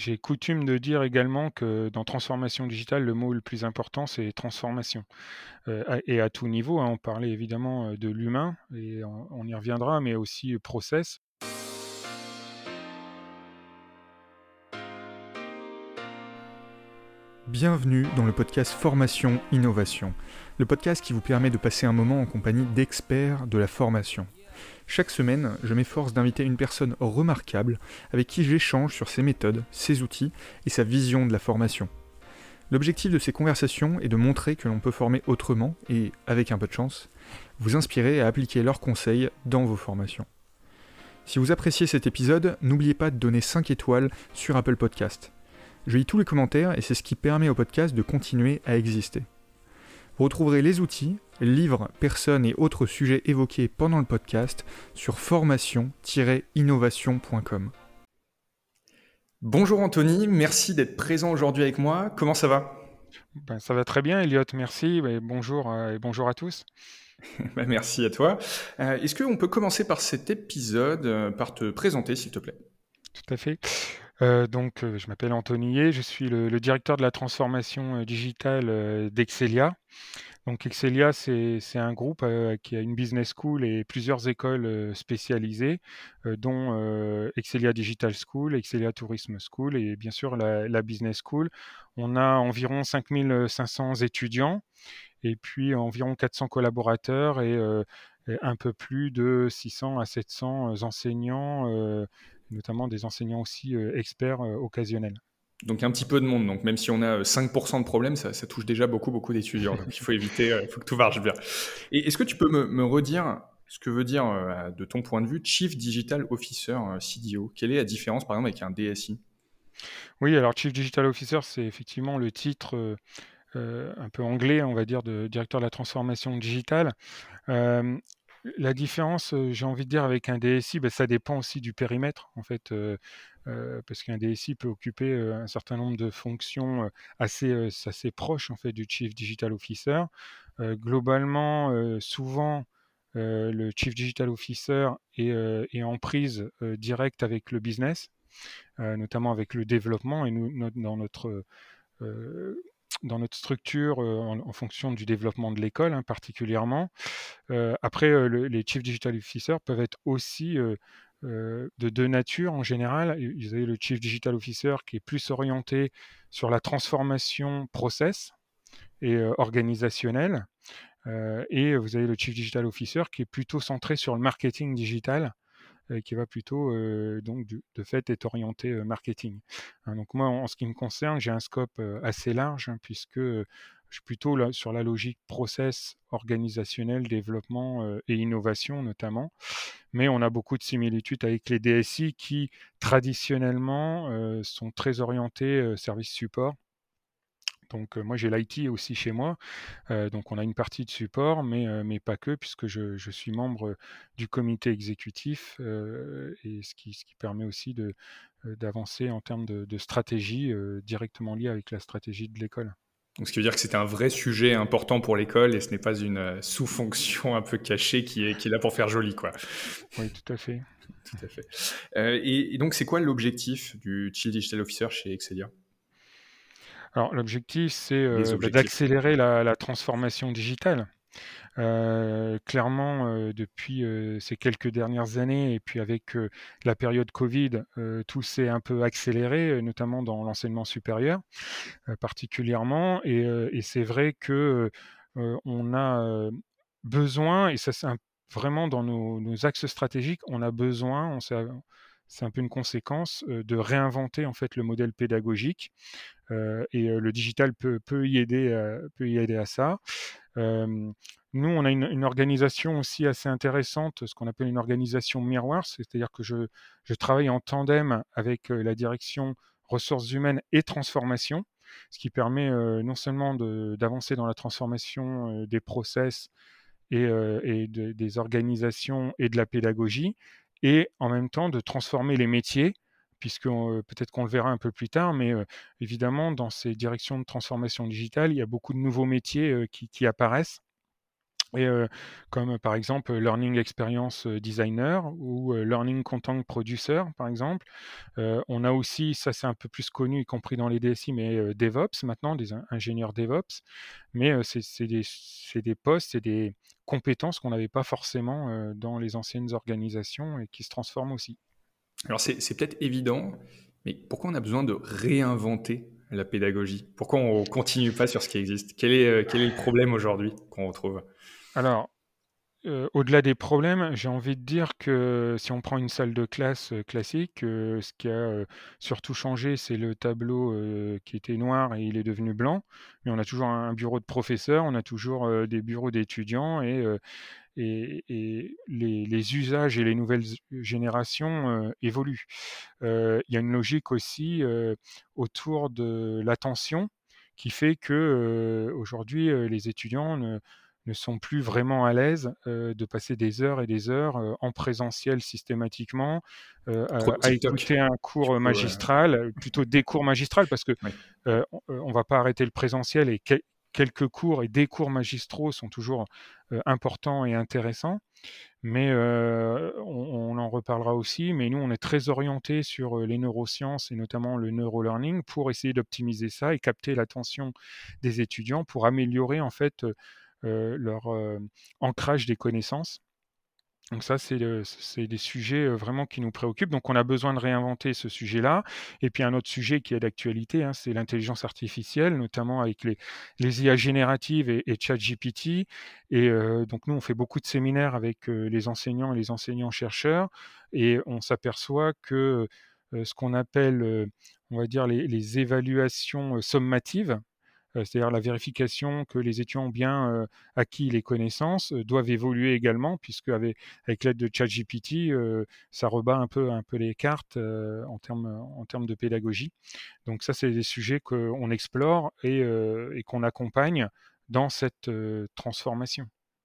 J'ai coutume de dire également que dans transformation digitale, le mot le plus important, c'est transformation. À tout niveau, hein. On parlait évidemment, de l'humain et on y reviendra, mais aussi, process. Bienvenue dans le podcast Formation Innovation, le podcast qui vous permet de passer un moment en compagnie d'experts de la formation. Chaque semaine, je m'efforce d'inviter une personne remarquable avec qui j'échange sur ses méthodes, ses outils et sa vision de la formation. L'objectif de ces conversations est de montrer que l'on peut former autrement et, avec un peu de chance, vous inspirer à appliquer leurs conseils dans vos formations. Si vous appréciez cet épisode, n'oubliez pas de donner 5 étoiles sur Apple Podcast. Je lis tous les commentaires et c'est ce qui permet au podcast de continuer à exister. Vous retrouverez les outils, livres, personnes et autres sujets évoqués pendant le podcast sur formation-innovation.com. Bonjour Anthony, merci d'être présent aujourd'hui avec moi. Comment ça va ? Ben, ça va très bien Elliot, merci et bonjour, et bonjour à tous. Merci à toi. Est-ce qu'on peut commencer par cet épisode par te présenter s'il te plaît ? Tout à fait. Je m'appelle Anthony Yeh, je suis le directeur de la transformation, digitale, d'Excelia. Donc Excelia, c'est un groupe, qui a une business school et plusieurs écoles, spécialisées, dont, Excelia Digital School, Excelia Tourism School et bien sûr la business school. On a environ 5 500 étudiants et puis environ 400 collaborateurs et un peu plus de 600 à 700, enseignants, notamment des enseignants aussi, experts, occasionnels. Donc un petit peu de monde, donc même si on a 5% de problèmes, ça touche déjà beaucoup d'étudiants, donc il faut éviter, il faut que tout marche bien. Et est-ce que tu peux me redire ce que veut dire, de ton point de vue, Chief Digital Officer, CDO? Quelle est la différence par exemple avec un DSI? Oui, alors Chief Digital Officer, c'est effectivement le titre, un peu anglais, on va dire, de directeur de la transformation digitale. Hem, la différence, j'ai envie de dire avec un DSI, ça dépend aussi du périmètre en fait, parce qu'un DSI peut occuper, un certain nombre de fonctions, assez proches en fait du Chief Digital Officer. Globalement, souvent, le Chief Digital Officer est en prise, directe avec le business, notamment avec le développement et nous heu, dans notre structure, en fonction du développement de l'école, hein, particulièrement. Après, les Chief Digital Officers peuvent être aussi, de 2 natures en général. Vous avez le Chief Digital Officer qui est plus orienté sur la transformation process et organisationnelle, et vous avez le Chief Digital Officer qui est plutôt centré sur le marketing digital, qui va plutôt, donc de fait être orienté, marketing. Hein, donc moi, en ce qui me concerne, j'ai un scope, assez large, hein, puisque, je suis plutôt là sur la logique process, organisationnel, développement, et innovation notamment. Mais on a beaucoup de similitudes avec les DSI qui traditionnellement, sont très orientés, service support. Donc, moi j'ai l'IT aussi chez moi, donc on a une partie de support, mais pas que, puisque je suis membre, du comité exécutif, et ce qui permet aussi d'avancer en termes de stratégie, directement liée avec la stratégie de l'école. Donc ce qui veut dire que c'est un vrai sujet important pour l'école et ce n'est pas une, sous-fonction un peu cachée qui est là pour faire joli, quoi. Oui, tout à fait. Tout à fait. Et donc c'est quoi l'objectif du Chief Digital Officer chez Excelia? Alors l'objectif, c'est, Les objectifs. d'accélérer la transformation digitale. Clairement, depuis, ces quelques dernières années et puis avec, la période covid, tout s'est un peu accéléré, notamment dans l'enseignement supérieur, particulièrement et c'est vrai que, on a, besoin et ça c'est vraiment dans nos axes stratégiques, on a besoin, c'est un peu une conséquence, de réinventer en fait le modèle pédagogique, le digital peut y aider à ça. Hem, Nous, on a une organisation aussi assez intéressante, ce qu'on appelle une organisation miroir, c'est-à-dire que je travaille en tandem avec, la direction ressources humaines et transformation, ce qui permet, non seulement d'avancer dans la transformation, des process des organisations et de la pédagogie et en même temps de transformer les métiers puisque, peut-être qu'on le verra un peu plus tard, mais, évidemment dans ces directions de transformation digitale, il y a beaucoup de nouveaux métiers, qui apparaissent Et comme par exemple Learning Experience Designer ou Learning Content Producer, par exemple. On a aussi, ça c'est un peu plus connu, y compris dans les DSI, mais DevOps maintenant, des ingénieurs DevOps. Mais c'est des postes, c'est des compétences qu'on n'avait pas forcément dans les anciennes organisations et qui se transforment aussi. Alors c'est peut-être évident, mais pourquoi on a besoin de réinventer la pédagogie? Pourquoi on continue pas sur ce qui existe? Quel est le problème aujourd'hui qu'on retrouve? Alors, au-delà des problèmes, j'ai envie de dire que si on prend une salle de classe, classique, ce qui a, surtout changé, c'est le tableau, qui était noir et il est devenu blanc. Mais on a toujours un bureau de professeur, on a toujours, des bureaux d'étudiants et les usages et les nouvelles générations, évoluent. Il y a une logique aussi, autour de l'attention qui fait que, aujourd'hui, les étudiants ne sont plus vraiment à l'aise, de passer des heures et des heures, en présentiel systématiquement, Trop de à TikTok, écouter un du cours, coup, magistral, plutôt des cours magistrales parce que, ouais. on va pas arrêter le présentiel et quelques cours et des cours magistraux sont toujours, importants et intéressants. Mais on en reparlera aussi, mais nous, on est très orientés sur, les neurosciences et notamment le neurolearning pour essayer d'optimiser ça et capter l'attention des étudiants pour améliorer en fait, leur, ancrage des connaissances. Donc ça, c'est des sujets, vraiment qui nous préoccupent. Donc on a besoin de réinventer ce sujet-là. Et puis un autre sujet qui est d'actualité, hein, c'est l'intelligence artificielle, notamment avec les IA génératives et ChatGPT. Et donc nous, on fait beaucoup de séminaires avec, les enseignants et les enseignants-chercheurs et on s'aperçoit que, ce qu'on appelle, on va dire les évaluations, sommatives, c'est-à-dire la vérification que les étudiants ont bien acquis les connaissances, doivent évoluer également, puisque avec l'aide de ChatGPT, ça rebat un peu les cartes en termes de pédagogie. Donc ça, c'est des sujets qu'on explore et qu'on accompagne dans cette transformation.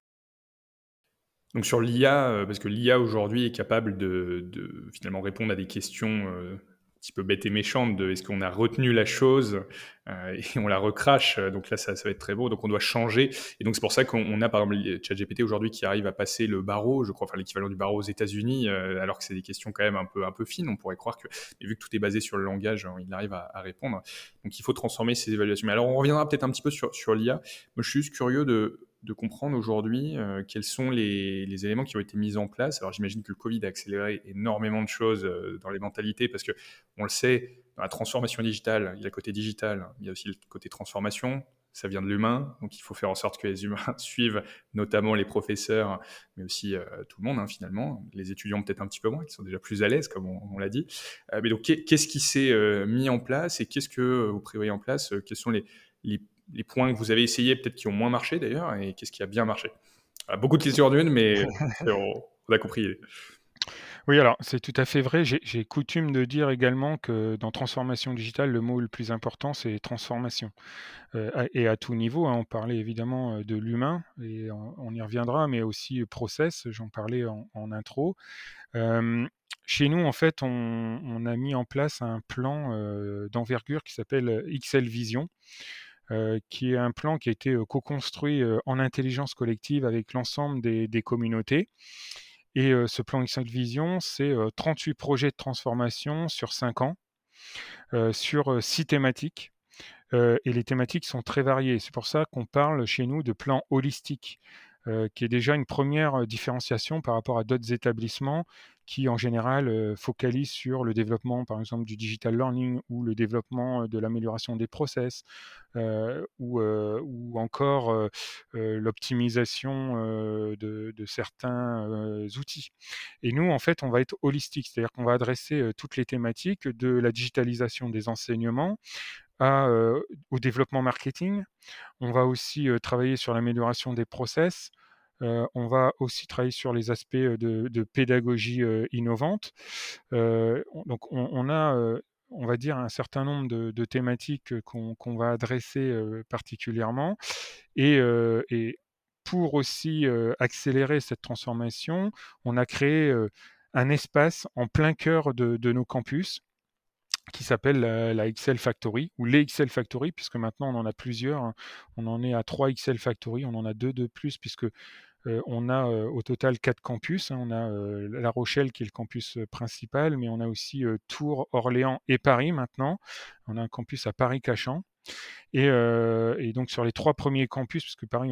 Donc sur l'IA, parce que l'IA aujourd'hui est capable de finalement répondre à des questions, un petit peu bêtes et méchantes de: «Est-ce qu'on a retenu la chose?» Et on la recrache, donc là ça va être très beau, donc on doit changer et donc c'est pour ça qu'on a par exemple ChatGPT aujourd'hui qui arrive à passer le barreau, je crois, enfin l'équivalent du barreau aux États-Unis, alors que c'est des questions quand même un peu fines. On pourrait croire que mais vu que tout est basé sur le langage, il arrive à répondre. Donc il faut transformer ces évaluations. Mais alors on reviendra peut-être un petit peu sur l'IA. Moi je suis juste curieux de comprendre aujourd'hui quels sont les éléments qui ont été mis en place. Alors j'imagine que le Covid a accéléré énormément de choses dans les mentalités parce que on le sait, dans la transformation digitale, il y a le côté digital, il y a aussi le côté transformation. Ça vient de l'humain, donc il faut faire en sorte que les humains suivent, notamment les professeurs, mais aussi tout le monde finalement. Les étudiants peut-être un petit peu moins, qui sont déjà plus à l'aise, comme on l'a dit. Mais donc qu'est-ce qui s'est mis en place et qu'est-ce que vous prévoyez en place? Quels sont les les points que vous avez essayés, peut-être qui ont moins marché d'ailleurs, et qu'est-ce qui a bien marché? Ah, beaucoup de questions en une, mais on a compris. Oui, alors c'est tout à fait vrai. J'ai coutume de dire également que dans transformation digitale, le mot le plus important, c'est transformation. Et à tout niveau, hein. On parlait évidemment, de l'humain et on y reviendra, mais aussi process, j'en parlais en intro. Hem, Chez nous, en fait, on a mis en place un plan, d'envergure qui s'appelle, XL Vision, qui est un plan qui a été, co-construit, en intelligence collective avec l'ensemble des communautés. Et ce plan XL Vision, c'est, 38 projets de transformation sur 5 ans, sur, 6 thématiques. Et les thématiques sont très variées. C'est pour ça qu'on parle chez nous de plan holistique, qui est déjà une première différenciation par rapport à d'autres établissements qui, en général, focalisent sur le développement, par exemple, du digital learning ou le développement, de l'amélioration des process, ou encore, l'optimisation, de certains, outils. Et nous, en fait, on va être holistique, c'est-à-dire qu'on va adresser, toutes les thématiques de la digitalisation des enseignements au développement marketing. On va aussi, travailler sur l'amélioration des process. On va aussi travailler sur les aspects, de pédagogie, innovante. Donc on a, on va dire un certain nombre de thématiques, qu'on va adresser, particulièrement et pour aussi, accélérer cette transformation, on a créé, un espace en plein cœur de nos campus qui s'appelle la XL Factory ou les XL Factory, puisque maintenant on en a plusieurs, hein. On en est à 3 XL Factory, on en a 2 de plus, puisque on a au total 4 campus, hein. On a La Rochelle qui est le campus principal, mais on a aussi Tours, Orléans et Paris maintenant. On a un campus à Paris-Cachan. Et donc sur les 3 premiers campus, puisque Paris,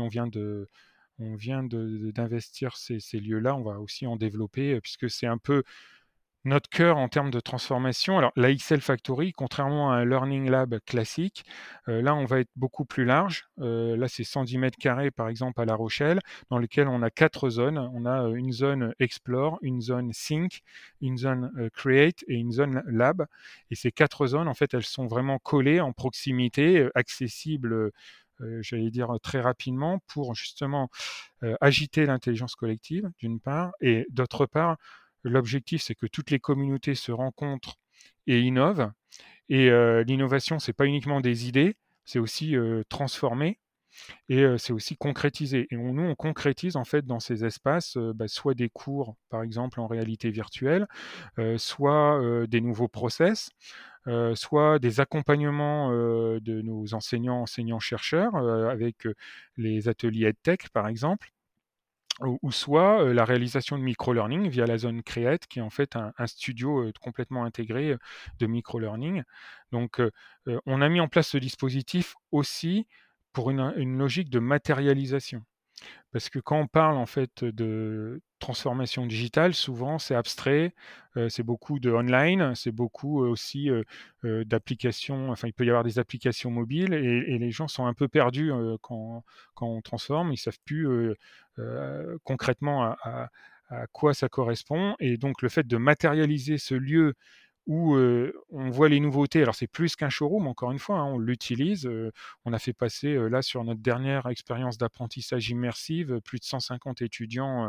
d'investir ces lieux-là, on va aussi en développer, puisque c'est un peu notre cœur en termes de transformation. Alors, la XL Factory, contrairement à un Learning Lab classique, là, on va être beaucoup plus large. Là, c'est 110 mètres carrés, par exemple, à La Rochelle, dans lequel on a 4 zones. On a une zone Explore, une zone Think, une zone Create et une zone Lab. Et ces 4 zones, en fait, elles sont vraiment collées en proximité, accessibles, j'allais dire, très rapidement pour justement agiter l'intelligence collective, d'une part, et d'autre part, l'objectif, c'est que toutes les communautés se rencontrent et innovent. Et l'innovation, c'est pas uniquement des idées, c'est aussi transformer et c'est aussi concrétiser. Et nous, on concrétise en fait dans ces espaces soit des cours, par exemple en réalité virtuelle, soit des nouveaux process, soit des accompagnements de nos enseignants-chercheurs avec les ateliers EdTech, par exemple, ou soit la réalisation de micro-learning via la zone Create, qui est en fait un studio complètement intégré de micro-learning. Donc, on a mis en place ce dispositif aussi pour une logique de matérialisation. Parce que quand on parle en fait de transformation digitale, souvent c'est abstrait, c'est beaucoup de online, c'est beaucoup aussi d'applications. Enfin, il peut y avoir des applications mobiles et les gens sont un peu perdus quand on transforme. Ils savent plus concrètement à quoi ça correspond. Et donc le fait de matérialiser ce lieu où on voit les nouveautés. Alors c'est plus qu'un showroom, encore une fois, hein, on l'utilise. On a fait passer là sur notre dernière expérience d'apprentissage immersive plus de 150 étudiants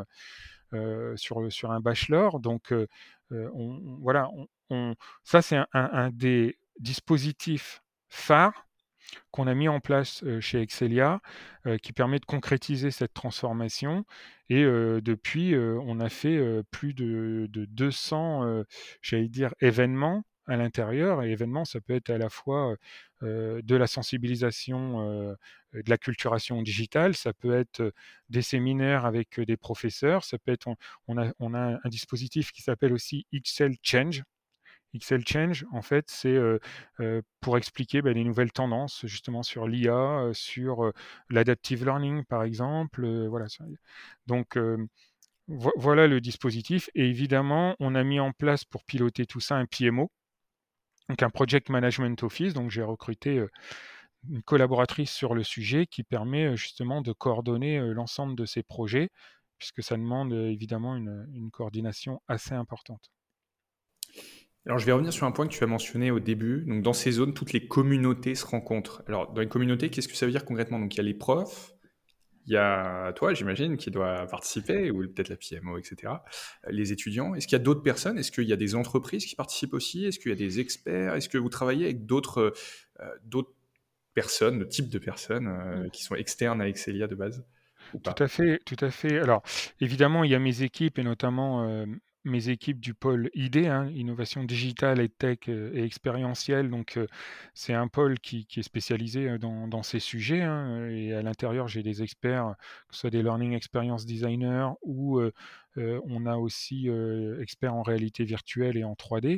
sur un bachelor. Donc voilà, ça c'est un des dispositifs phares qu'on a mis en place chez Excelia, qui permet de concrétiser cette transformation. Et depuis, on a fait plus de 200, j'allais dire, événements à l'intérieur. Et événements, ça peut être à la fois de la sensibilisation, de la culturation digitale, ça peut être des séminaires avec des professeurs, ça peut être, on a un dispositif qui s'appelle aussi XL Change. XL Change, en fait, c'est pour expliquer les nouvelles tendances justement sur l'IA, sur l'adaptive learning, par exemple. Voilà. Donc, voilà le dispositif. Et évidemment, on a mis en place pour piloter tout ça un PMO, donc un Project Management Office. Donc, j'ai recruté une collaboratrice sur le sujet qui permet justement de coordonner l'ensemble de ces projets, puisque ça demande évidemment une coordination assez importante. Alors, je vais revenir sur un point que tu as mentionné au début. Donc, dans ces zones, toutes les communautés se rencontrent. Alors, dans les communautés, qu'est-ce que ça veut dire concrètement? Donc, il y a les profs, il y a toi, j'imagine, qui doit participer, ou peut-être la PMO, etc. Les étudiants. Est-ce qu'il y a d'autres personnes? Est-ce qu'il y a des entreprises qui participent aussi? Est-ce qu'il y a des experts? Est-ce que vous travaillez avec d'autres personnes, de types de personnes qui sont externes à Excelia de base ou Tout pas? à fait, tout à fait. Alors, évidemment, il y a mes équipes et notamment mes équipes du pôle ID, hein, innovation digitale et tech et expérientielle. Donc, c'est un pôle qui est spécialisé dans ces sujets, hein, et à l'intérieur, j'ai des experts, que ce soit des learning experience designers ou on a aussi experts en réalité virtuelle et en 3D.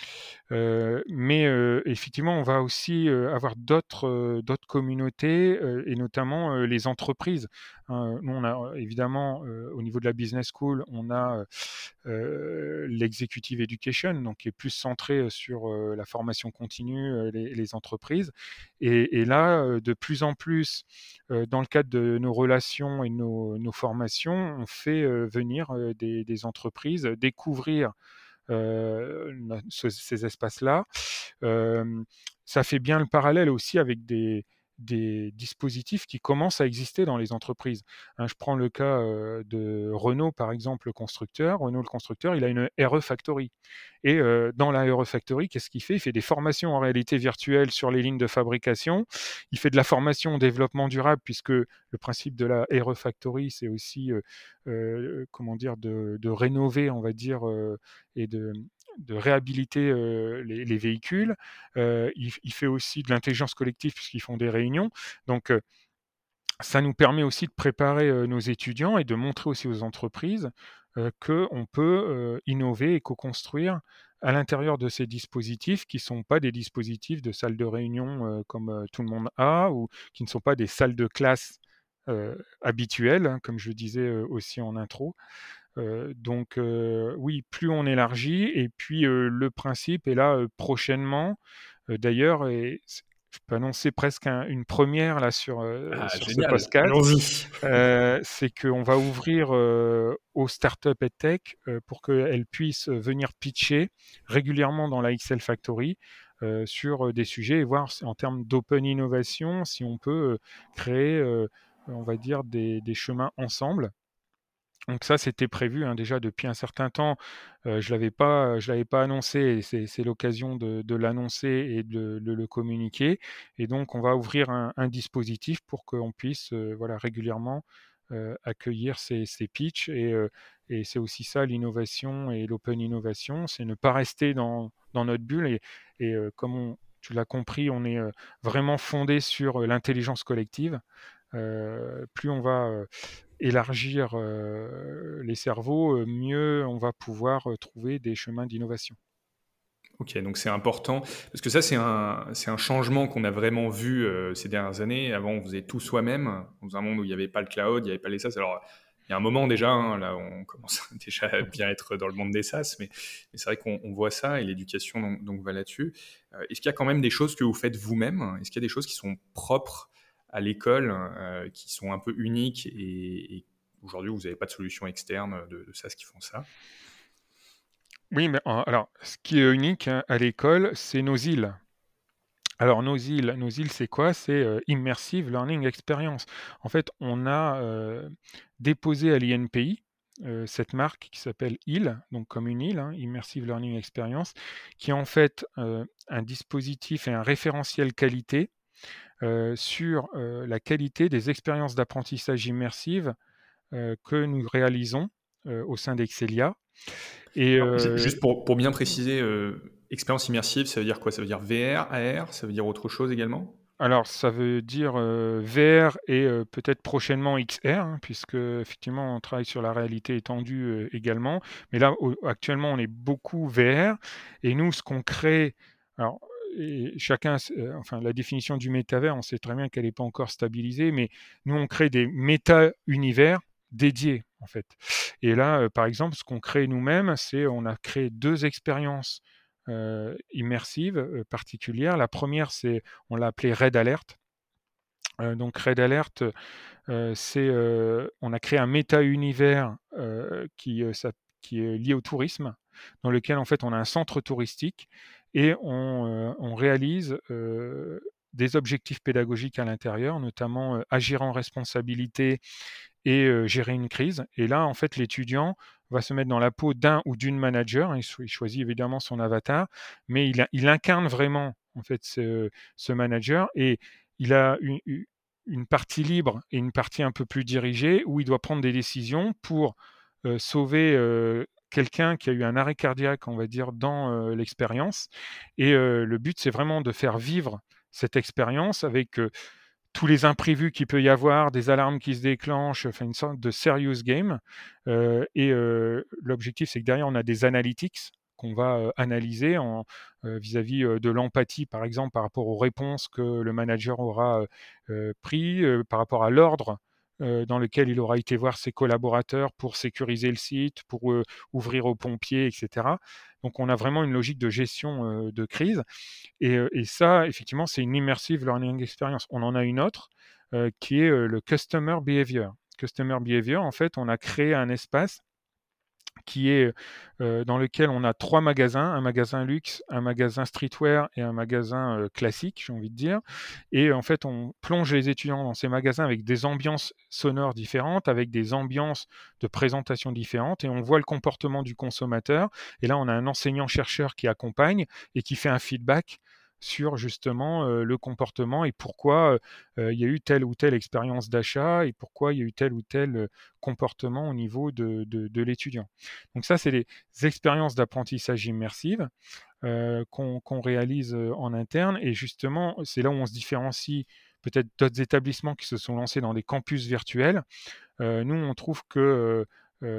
Mais effectivement, on va aussi avoir d'autres communautés et notamment les entreprises, hein. Nous, on a évidemment au niveau de la business school, on a l'executive education, donc qui est plus centré sur la formation continue, les entreprises. Et là, de plus en plus, dans le cadre de nos relations et de nos formations, on fait venir des entreprises découvrir ces espaces-là. Ça fait bien le parallèle aussi avec des dispositifs qui commencent à exister dans les entreprises, hein. Je prends le cas de Renault, par exemple, le constructeur. Renault, le constructeur, il a une RE Factory. Et dans la RE Factory, qu'est-ce qu'il fait? Il fait des formations en réalité virtuelle sur les lignes de fabrication. Il fait de la formation au développement durable, puisque le principe de la RE Factory, c'est aussi comment dire, de rénover, on va dire, et de réhabiliter les véhicules. Il fait aussi de l'intelligence collective puisqu'ils font des réunions. Donc, ça nous permet aussi de préparer nos étudiants et de montrer aussi aux entreprises qu'on peut innover et co-construire à l'intérieur de ces dispositifs qui ne sont pas des dispositifs de salle de réunion comme tout le monde a, ou qui ne sont pas des salles de classe habituelles, hein, comme je le disais aussi en intro. Donc oui, plus on élargit, et puis le principe est là prochainement, d'ailleurs, et je peux annoncer presque une première là Ah, sur ce génial, podcast. allons-y. C'est qu'on va ouvrir aux startups EdTech pour qu'elles puissent venir pitcher régulièrement dans la XL Factory sur des sujets, et voir en termes d'open innovation si on peut créer, on va dire, des chemins ensemble. Donc ça, c'était prévu hein, déjà depuis un certain temps. Je l'avais pas annoncé, et c'est l'occasion de l'annoncer et de le communiquer. Et donc, on va ouvrir un dispositif pour qu'on puisse voilà, régulièrement accueillir ces pitchs. Et c'est aussi ça l'innovation et l'open innovation, c'est ne pas rester dans notre bulle. Et comme tu l'as compris, on est vraiment fondé sur l'intelligence collective. Plus on va élargir les cerveaux, mieux on va pouvoir trouver des chemins d'innovation. Ok, donc c'est important, parce que ça c'est un changement qu'on a vraiment vu ces dernières années. Avant on faisait tout soi-même, dans un monde où il n'y avait pas le cloud, il n'y avait pas les SaaS. Alors il y a un moment déjà, hein, là on commence déjà à bien être dans le monde des SaaS, mais c'est vrai qu'on voit ça, et l'éducation donc va là-dessus. Est-ce qu'il y a quand même des choses que vous faites vous-même? Est-ce qu'il y a des choses qui sont propres à l'école, qui sont un peu uniques, et aujourd'hui vous n'avez pas de solution externe de SaaS qui font ça? Oui, mais alors, ce qui est unique hein, à l'école, c'est nos îles. Alors, nos îles, c'est quoi? C'est Immersive Learning Experience. En fait, on a déposé à l'INPI cette marque qui s'appelle IL, donc comme une île, hein, Immersive Learning Experience, qui est en fait un dispositif et un référentiel qualité sur la qualité des expériences d'apprentissage immersive que nous réalisons au sein d'Excelia. Et Alors, juste pour bien préciser, expérience immersive, ça veut dire quoi? Ça veut dire VR, AR, ça veut dire autre chose également? alors, ça veut dire VR et peut-être prochainement XR, hein, puisque effectivement on travaille sur la réalité étendue également. Mais là, actuellement, on est beaucoup VR. Et nous, ce qu'on crée, alors, et chacun, enfin, la définition du métavers, on sait très bien qu'elle n'est pas encore stabilisée, mais nous, on crée des méta-univers dédiés, en fait. Et là, par exemple, ce qu'on crée nous-mêmes, c'est on a créé 2 expériences immersives particulières. La première, on l'a appelée Red Alert. Donc Red Alert, on a créé un méta-univers qui est lié au tourisme, dans lequel en fait on a un centre touristique, et on réalise des objectifs pédagogiques à l'intérieur, notamment agir en responsabilité et gérer une crise. Et là, en fait, l'étudiant va se mettre dans la peau d'un ou d'une manager. Il choisit évidemment son avatar, mais il incarne vraiment en fait ce manager, et il a une partie libre et une partie un peu plus dirigée où il doit prendre des décisions pour sauver quelqu'un qui a eu un arrêt cardiaque, on va dire, dans l'expérience. Et le but, c'est vraiment de faire vivre cette expérience avec tous les imprévus qu'il peut y avoir, des alarmes qui se déclenchent, enfin une sorte de serious game. Et l'objectif, c'est que derrière, on a des analytics qu'on va analyser vis-à-vis de l'empathie, par exemple, par rapport aux réponses que le manager aura pris, par rapport à l'ordre dans lequel il aura été voir ses collaborateurs pour sécuriser le site, pour ouvrir aux pompiers, etc. Donc, on a vraiment une logique de gestion de crise. Et ça, effectivement, c'est une immersive learning experience. On en a une autre qui est le customer behavior. Customer behavior, en fait, on a créé un espace qui est dans lequel on a 3 magasins, un magasin luxe, un magasin streetwear et un magasin classique, j'ai envie de dire. Et en fait, on plonge les étudiants dans ces magasins avec des ambiances sonores différentes, avec des ambiances de présentation différentes, et on voit le comportement du consommateur. Et là, on a un enseignant-chercheur qui accompagne et qui fait un feedback sur justement le comportement et pourquoi il y a eu telle ou telle expérience d'achat et pourquoi il y a eu tel ou tel comportement au niveau de l'étudiant. Donc ça, c'est des expériences d'apprentissage immersive qu'on réalise en interne. Et justement, c'est là où on se différencie peut-être d'autres établissements qui se sont lancés dans des campus virtuels. Nous, on trouve que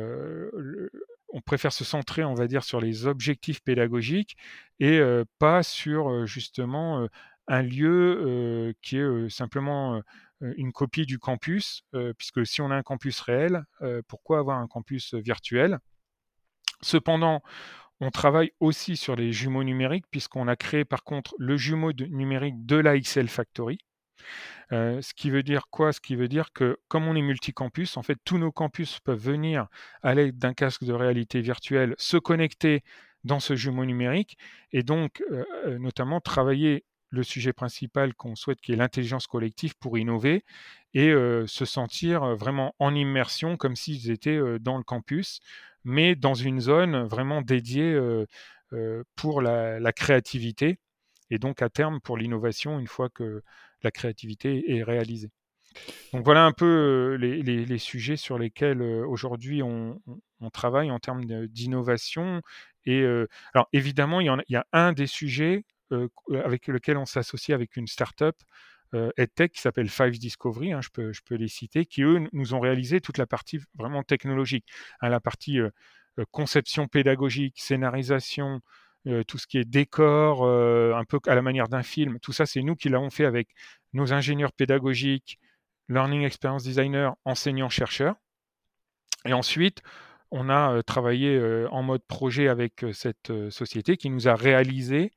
on préfère se centrer, on va dire, sur les objectifs pédagogiques et pas sur justement un lieu qui est simplement une copie du campus, puisque si on a un campus réel, pourquoi avoir un campus virtuel? Cependant, on travaille aussi sur les jumeaux numériques, puisqu'on a créé par contre le jumeau numérique de la XL Factory. Ce qui veut dire quoi? Ce qui veut dire que comme on est multicampus, en fait, tous nos campus peuvent venir à l'aide d'un casque de réalité virtuelle se connecter dans ce jumeau numérique et donc notamment travailler le sujet principal qu'on souhaite, qui est l'intelligence collective pour innover et se sentir vraiment en immersion comme s'ils étaient dans le campus, mais dans une zone vraiment dédiée pour la créativité et donc à terme pour l'innovation une fois que la créativité est réalisée. Donc voilà un peu les sujets sur lesquels aujourd'hui on travaille en termes d'innovation. Et alors évidemment, il y a un des sujets avec lequel on s'associe avec une start-up EdTech qui s'appelle Five Discovery, hein, je peux les citer, qui eux nous ont réalisé toute la partie vraiment technologique, hein, la partie conception pédagogique, scénarisation, tout ce qui est décor, un peu à la manière d'un film, tout ça c'est nous qui l'avons fait avec nos ingénieurs pédagogiques, Learning Experience Designer, enseignants-chercheurs. Et ensuite, on a travaillé en mode projet avec cette société qui nous a réalisé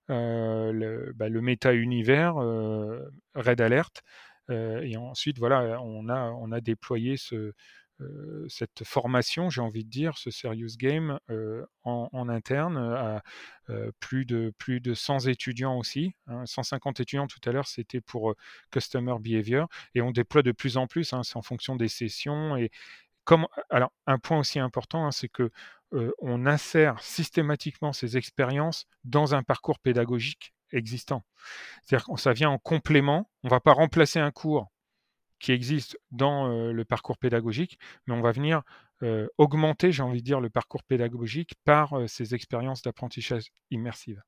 le méta-univers Red Alert. Et ensuite, voilà, on a déployé cette formation, j'ai envie de dire, ce Serious Game en interne à plus de 100 étudiants aussi. Hein, 150 étudiants tout à l'heure, c'était pour Customer Behavior. Et on déploie de plus en plus, hein, c'est en fonction des sessions. Et alors, un point aussi important, hein, c'est que on insère systématiquement ces expériences dans un parcours pédagogique existant. C'est-à-dire que ça vient en complément. On ne va pas remplacer un cours qui existe dans le parcours pédagogique, mais on va venir augmenter, j'ai envie de dire, le parcours pédagogique par ces expériences d'apprentissage immersive.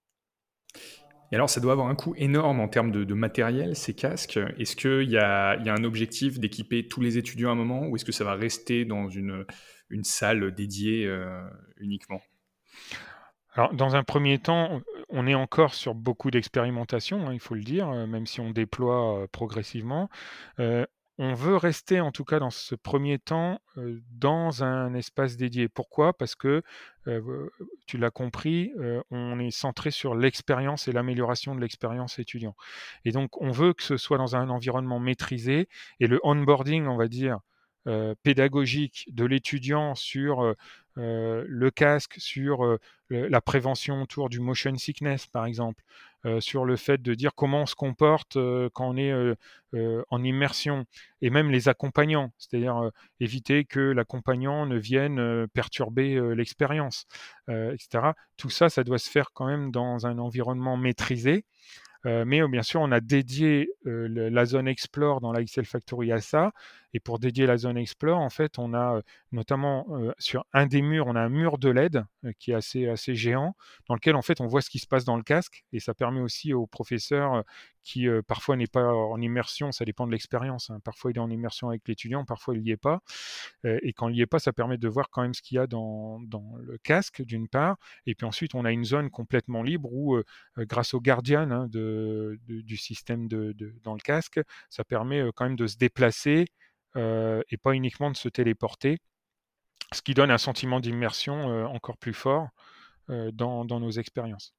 Et alors, ça doit avoir un coût énorme en termes de matériel, ces casques. Est-ce qu'il y a un objectif d'équiper tous les étudiants à un moment ou est-ce que ça va rester dans une salle dédiée uniquement? Alors, dans un premier temps, on est encore sur beaucoup d'expérimentation, hein, il faut le dire, même si on déploie progressivement. Euh, on veut rester, en tout cas dans ce premier temps, dans un espace dédié. Pourquoi? Parce que, tu l'as compris, on est centré sur l'expérience et l'amélioration de l'expérience étudiant. Et donc, on veut que ce soit dans un environnement maîtrisé et le onboarding, on va dire, pédagogique de l'étudiant sur le casque, sur la prévention autour du motion sickness, par exemple, sur le fait de dire comment on se comporte quand on est en immersion, et même les accompagnants, c'est-à-dire éviter que l'accompagnant ne vienne perturber l'expérience, etc. Tout ça, ça doit se faire quand même dans un environnement maîtrisé. Mais bien sûr, on a dédié la zone Explore dans la XL Factory à ça. Et pour dédier la zone Explore, en fait, on a notamment sur un des murs, on a un mur de LED qui est assez géant, dans lequel en fait on voit ce qui se passe dans le casque. Et ça permet aussi aux professeurs qui parfois n'est pas en immersion, ça dépend de l'expérience, hein. Parfois il est en immersion avec l'étudiant, parfois il n'y est pas. Et quand il n'y est pas, ça permet de voir quand même ce qu'il y a dans le casque, d'une part. Et puis ensuite, on a une zone complètement libre où, grâce au Guardian, hein, du système dans le casque, ça permet quand même de se déplacer et pas uniquement de se téléporter, ce qui donne un sentiment d'immersion encore plus fort dans nos expériences.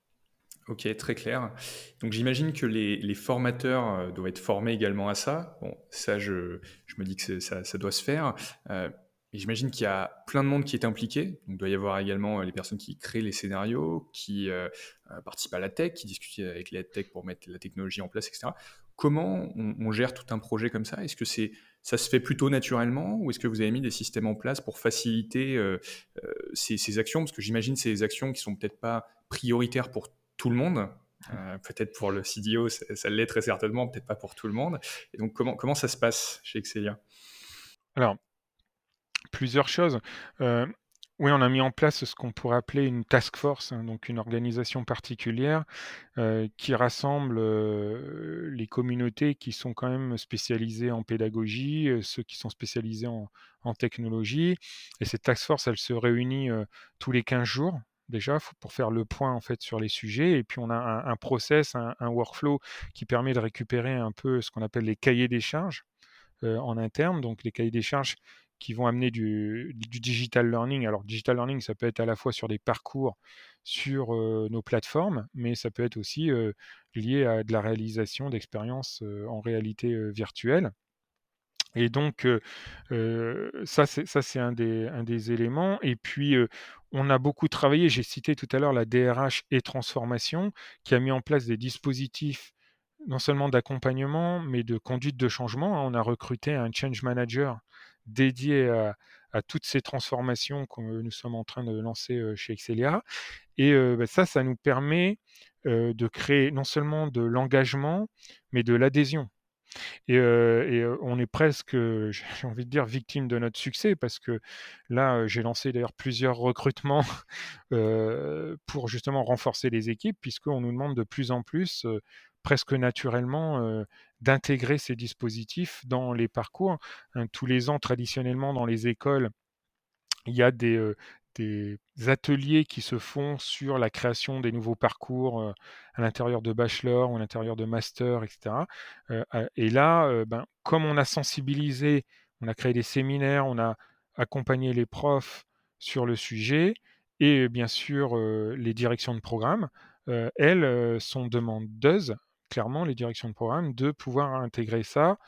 Ok, très clair. Donc j'imagine que les formateurs doivent être formés également à ça. Bon, ça, je me dis que ça doit se faire. Et j'imagine qu'il y a plein de monde qui est impliqué. Donc, il doit y avoir également les personnes qui créent les scénarios, qui participent à la tech, qui discutent avec les tech pour mettre la technologie en place, etc. Comment on gère tout un projet comme ça? Est-ce que ça se fait plutôt naturellement ou est-ce que vous avez mis des systèmes en place pour faciliter ces actions? Parce que j'imagine ces actions qui sont peut-être pas prioritaires pour tout le monde. Peut-être pour le CDO, ça l'est très certainement, peut-être pas pour tout le monde. Et donc, comment ça se passe chez Excelia? Alors, plusieurs choses. Heu, oui, on a mis en place ce qu'on pourrait appeler une task force, hein, donc une organisation particulière, qui rassemble, les communautés qui sont quand même spécialisées en pédagogie, ceux qui sont spécialisés en technologie. Et cette task force, elle se réunit, tous les 15 jours, déjà, pour faire le point, en fait, sur les sujets. Et puis on a un process, un workflow qui permet de récupérer un peu ce qu'on appelle les cahiers des charges, en interne, donc les cahiers des charges qui vont amener du digital learning. Alors, digital learning, ça peut être à la fois sur des parcours sur nos plateformes, mais ça peut être aussi lié à de la réalisation d'expériences en réalité virtuelle. Et donc, ça, c'est un des éléments. Et puis, on a beaucoup travaillé, j'ai cité tout à l'heure la DRH et transformation, qui a mis en place des dispositifs non seulement d'accompagnement, mais de conduite de changement, hein. On a recruté un change manager dédié à toutes ces transformations que nous sommes en train de lancer, chez Excelia. Et ça nous permet, de créer non seulement de l'engagement, mais de l'adhésion. On est presque, j'ai envie de dire, victime de notre succès, parce que là, j'ai lancé d'ailleurs plusieurs recrutements pour justement renforcer les équipes, puisqu'on nous demande de plus en plus, presque naturellement, d'intégrer ces dispositifs dans les parcours, hein. Tous les ans, traditionnellement, dans les écoles, il y a des ateliers qui se font sur la création des nouveaux parcours, à l'intérieur de bachelor ou à l'intérieur de master, et cetera. Et là, comme on a sensibilisé, on a créé des séminaires, on a accompagné les profs sur le sujet, et bien sûr, les directions de programme, elles, sont demandeuses, clairement, les directions de programme, de pouvoir intégrer ça.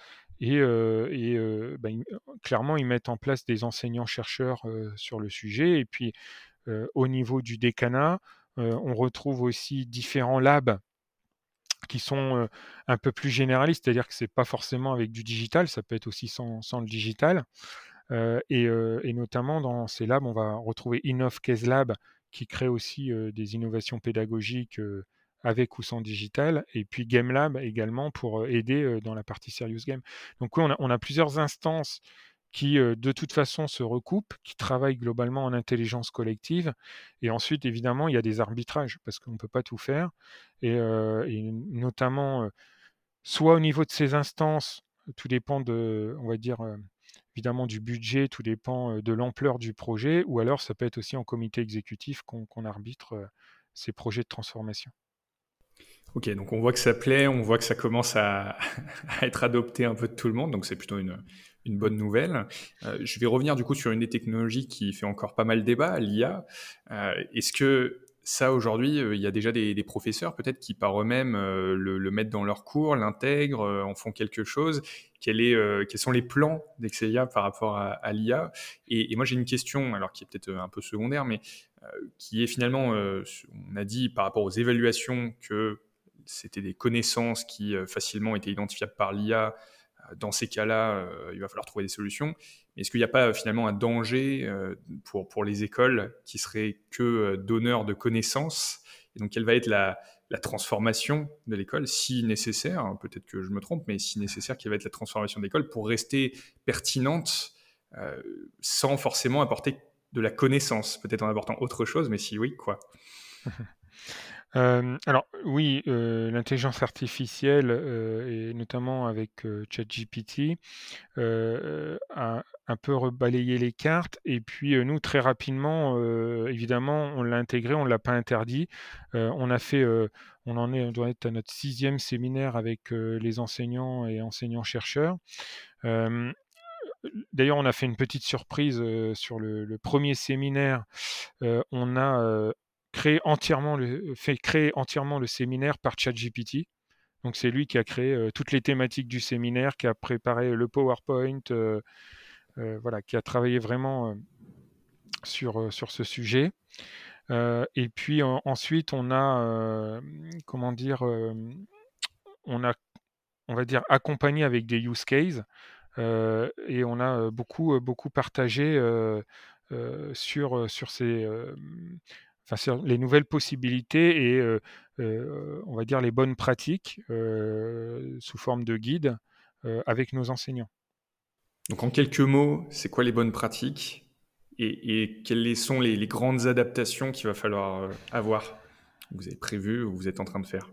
Clairement, ils mettent en place des enseignants-chercheurs, sur le sujet. Et puis, au niveau du décanat, on retrouve aussi différents labs qui sont, un peu plus généralistes. C'est-à-dire que c'est pas forcément avec du digital, ça peut être aussi sans le digital. Et notamment dans ces labs, on va retrouver Innov Case Lab, qui crée aussi, des innovations pédagogiques, avec ou sans digital. Et puis Game Lab également, pour, aider, dans la partie serious game. Donc oui, on a plusieurs instances qui, de toute façon se recoupent, qui travaillent globalement en intelligence collective. Et ensuite, évidemment, il y a des arbitrages, parce qu'on ne peut pas tout faire. Et notamment, soit au niveau de ces instances, tout dépend de, on va dire, évidemment du budget, tout dépend, de l'ampleur du projet. Ou alors ça peut être aussi en comité exécutif qu'on arbitre, ces projets de transformation. Ok, donc on voit que ça plaît, on voit que ça commence à, à être adopté un peu de tout le monde, donc c'est plutôt une Mmh. bonne nouvelle. Je vais revenir du coup sur une des technologies qui fait encore pas mal débat, l'IA. Est-ce que ça aujourd'hui, il y a déjà des professeurs peut-être qui par eux-mêmes le mettent dans leur cours, l'intègrent, en font quelque chose? Quels sont les plans d'Excelia par rapport à l'IA? Et moi j'ai une question, alors qui est peut-être un peu secondaire, mais qui est finalement, on a dit par rapport aux évaluations que c'était des connaissances qui facilement étaient identifiables par l'IA. Dans ces cas-là, il va falloir trouver des solutions. Mais est-ce qu'il n'y a pas finalement un danger pour les écoles qui seraient que donneurs de connaissances? Et donc, quelle va être la transformation de l'école, si nécessaire, hein, peut-être que je me trompe, mais si nécessaire, quelle va être la transformation de l'école pour rester pertinente euh, sans forcément apporter de la connaissance, peut-être en apportant autre chose, mais si oui, quoi? Alors oui, l'intelligence artificielle, et notamment avec, ChatGPT, a un peu rebalayé les cartes. Et puis, nous, très rapidement, évidemment, on l'a intégré, on ne l'a pas interdit. On doit être à notre 6e séminaire avec, les enseignants et enseignants-chercheurs. Hem, D'ailleurs, on a fait une petite surprise, sur le 1er séminaire. On a, fait créer entièrement le séminaire par ChatGPT. Donc c'est lui qui a créé, toutes les thématiques du séminaire, qui a préparé le PowerPoint, voilà, qui a travaillé vraiment, sur ce sujet. Et puis ensuite on a, comment dire? On a, on va dire, accompagné avec des use cases, et on a, beaucoup partagé, sur ces, enfin, sur les nouvelles possibilités et on va dire les bonnes pratiques sous forme de guide avec nos enseignants. Donc en quelques mots, c'est quoi les bonnes pratiques et quelles sont les grandes adaptations qu'il va falloir, avoir? Que vous avez prévues ou vous êtes en train de faire?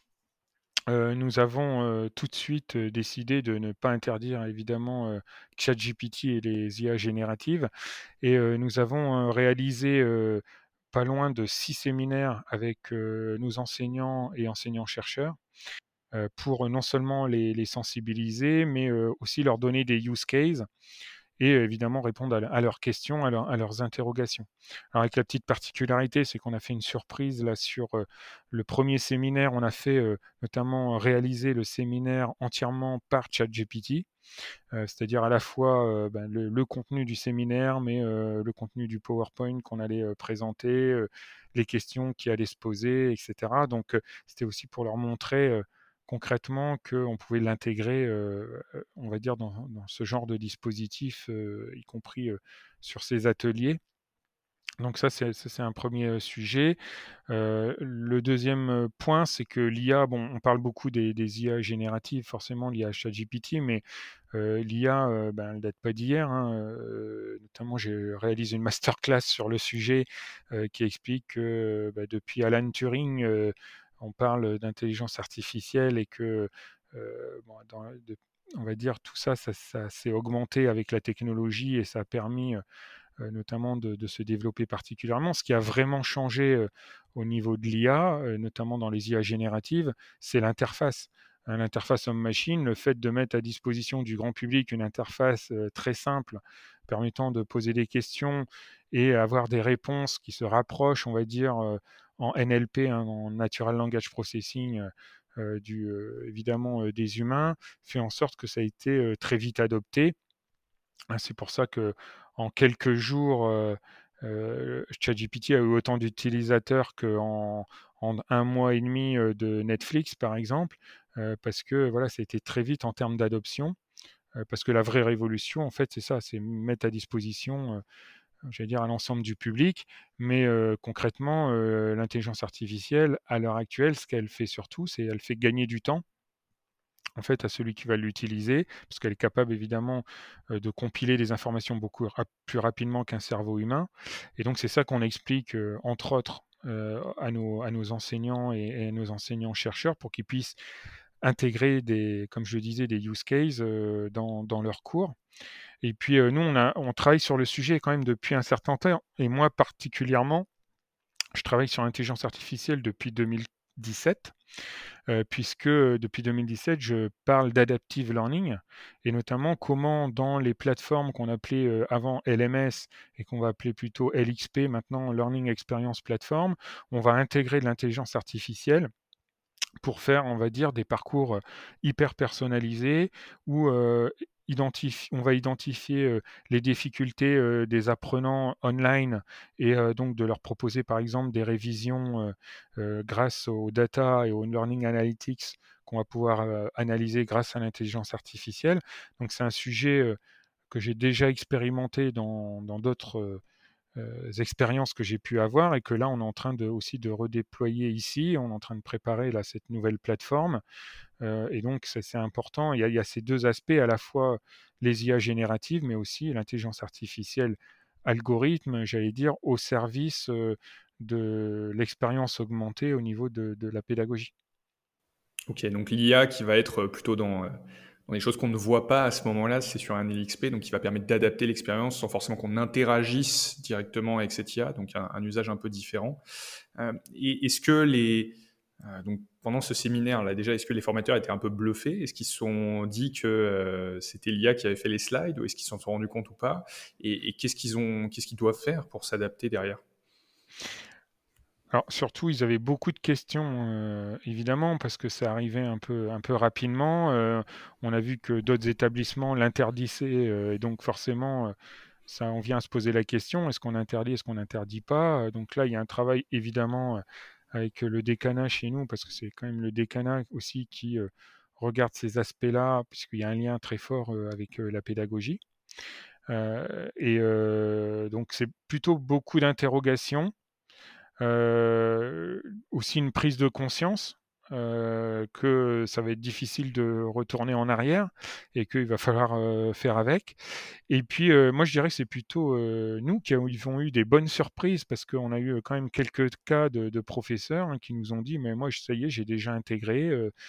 Nous avons, tout de suite, décidé de ne pas interdire évidemment, ChatGPT et les IA génératives et nous avons, réalisé, pas loin de 6 séminaires avec, nos enseignants et enseignants-chercheurs, pour non seulement les sensibiliser, mais aussi leur donner des use cases et évidemment répondre à leurs questions, à leurs interrogations. Alors avec la petite particularité, c'est qu'on a fait une surprise là sur, le premier séminaire. On a fait, notamment réaliser le séminaire entièrement par ChatGPT, c'est-à-dire à la fois, le contenu du séminaire, mais le contenu du PowerPoint qu'on allait, présenter, les questions qui allaient se poser et cetera. Donc c'était aussi pour leur montrer, concrètement qu'on pouvait l'intégrer, on va dire dans ce genre de dispositif, y compris, sur ces ateliers. Donc ça c'est un premier sujet. Le deuxième point, c'est que l'IA, bon, on parle beaucoup des IA génératives, forcément liées à ChatGPT, mais l'IA, elle date pas d'hier, hein, notamment j'ai réalisé une masterclass sur le sujet, qui explique que, depuis Alan Turing, on parle d'intelligence artificielle et que, bon, on va dire tout ça s'est augmenté avec la technologie et ça a permis, notamment de se développer particulièrement. Ce qui a vraiment changé au niveau de l'IA, notamment dans les IA génératives, c'est l'interface. L'interface homme-machine, le fait de mettre à disposition du grand public une interface très simple permettant de poser des questions et avoir des réponses qui se rapprochent, on va dire, en NLP, hein, en Natural Language Processing, évidemment des humains, fait en sorte que ça a été très vite adopté. C'est pour ça que en quelques jours, ChatGPT a eu autant d'utilisateurs qu'en 1 mois et demi, de Netflix, par exemple, parce que voilà, ça a été très vite en termes d'adoption, parce que la vraie révolution, en fait, c'est ça, c'est mettre à disposition, j'allais dire à l'ensemble du public, mais concrètement, l'intelligence artificielle, à l'heure actuelle, ce qu'elle fait surtout, c'est elle fait gagner du temps en fait à celui qui va l'utiliser, parce qu'elle est capable évidemment de compiler des informations beaucoup plus rapidement qu'un cerveau humain. Et donc c'est ça qu'on explique entre autres à nos enseignants et à nos enseignants-chercheurs pour qu'ils puissent intégrer des, comme je le disais, des use cases dans leurs cours. Et puis nous, on travaille sur le sujet quand même depuis un certain temps, et moi particulièrement, je travaille sur l'intelligence artificielle depuis 2017 puisque depuis 2017, je parle d'adaptive learning et notamment comment dans les plateformes qu'on appelait avant LMS et qu'on va appeler plutôt LXP, maintenant Learning Experience Platform, on va intégrer de l'intelligence artificielle pour faire, on va dire, des parcours hyper personnalisés où on va identifier les difficultés des apprenants online et donc de leur proposer par exemple des révisions grâce aux data et aux learning analytics qu'on va pouvoir analyser grâce à l'intelligence artificielle. Donc c'est un sujet que j'ai déjà expérimenté dans d'autres expériences que j'ai pu avoir et que là, on est en train aussi de redéployer ici. On est en train de préparer là, cette nouvelle plateforme. Et donc, c'est important. Il y a ces deux aspects, à la fois les IA génératives, mais aussi l'intelligence artificielle algorithme, j'allais dire, au service de l'expérience augmentée au niveau de la pédagogie. OK, donc l'IA qui va être, plutôt dans des choses qu'on ne voit pas à ce moment-là, c'est sur un LXP, donc qui va permettre d'adapter l'expérience sans forcément qu'on interagisse directement avec cette IA, donc un usage un peu différent. Et est-ce que donc pendant ce séminaire-là, déjà, est-ce que les formateurs étaient un peu bluffés? Est-ce qu'ils se sont dit que, c'était l'IA qui avait fait les slides ou est-ce qu'ils s'en sont rendus compte ou pas? Et qu'est-ce qu'ils doivent faire pour s'adapter derrière? Alors surtout, ils avaient beaucoup de questions, évidemment, parce que ça arrivait un peu rapidement. On a vu que d'autres établissements l'interdisaient, et donc forcément, ça on vient à se poser la question: «Est-ce qu'on interdit? Est-ce qu'on n'interdit pas?» Donc là, il y a un travail évidemment, avec le décanat chez nous, parce que c'est quand même le décanat aussi qui, regarde ces aspects-là, puisqu'il y a un lien très fort, avec, la pédagogie. Et donc c'est plutôt beaucoup d'interrogations. Aussi une prise de conscience que ça va être difficile de retourner en arrière et qu'il va falloir faire avec. Et puis, moi, je dirais que c'est plutôt nous qui avons eu des bonnes surprises parce qu'on a eu quand même quelques cas de professeurs qui nous ont dit, mais moi, ça y est, j'ai déjà intégré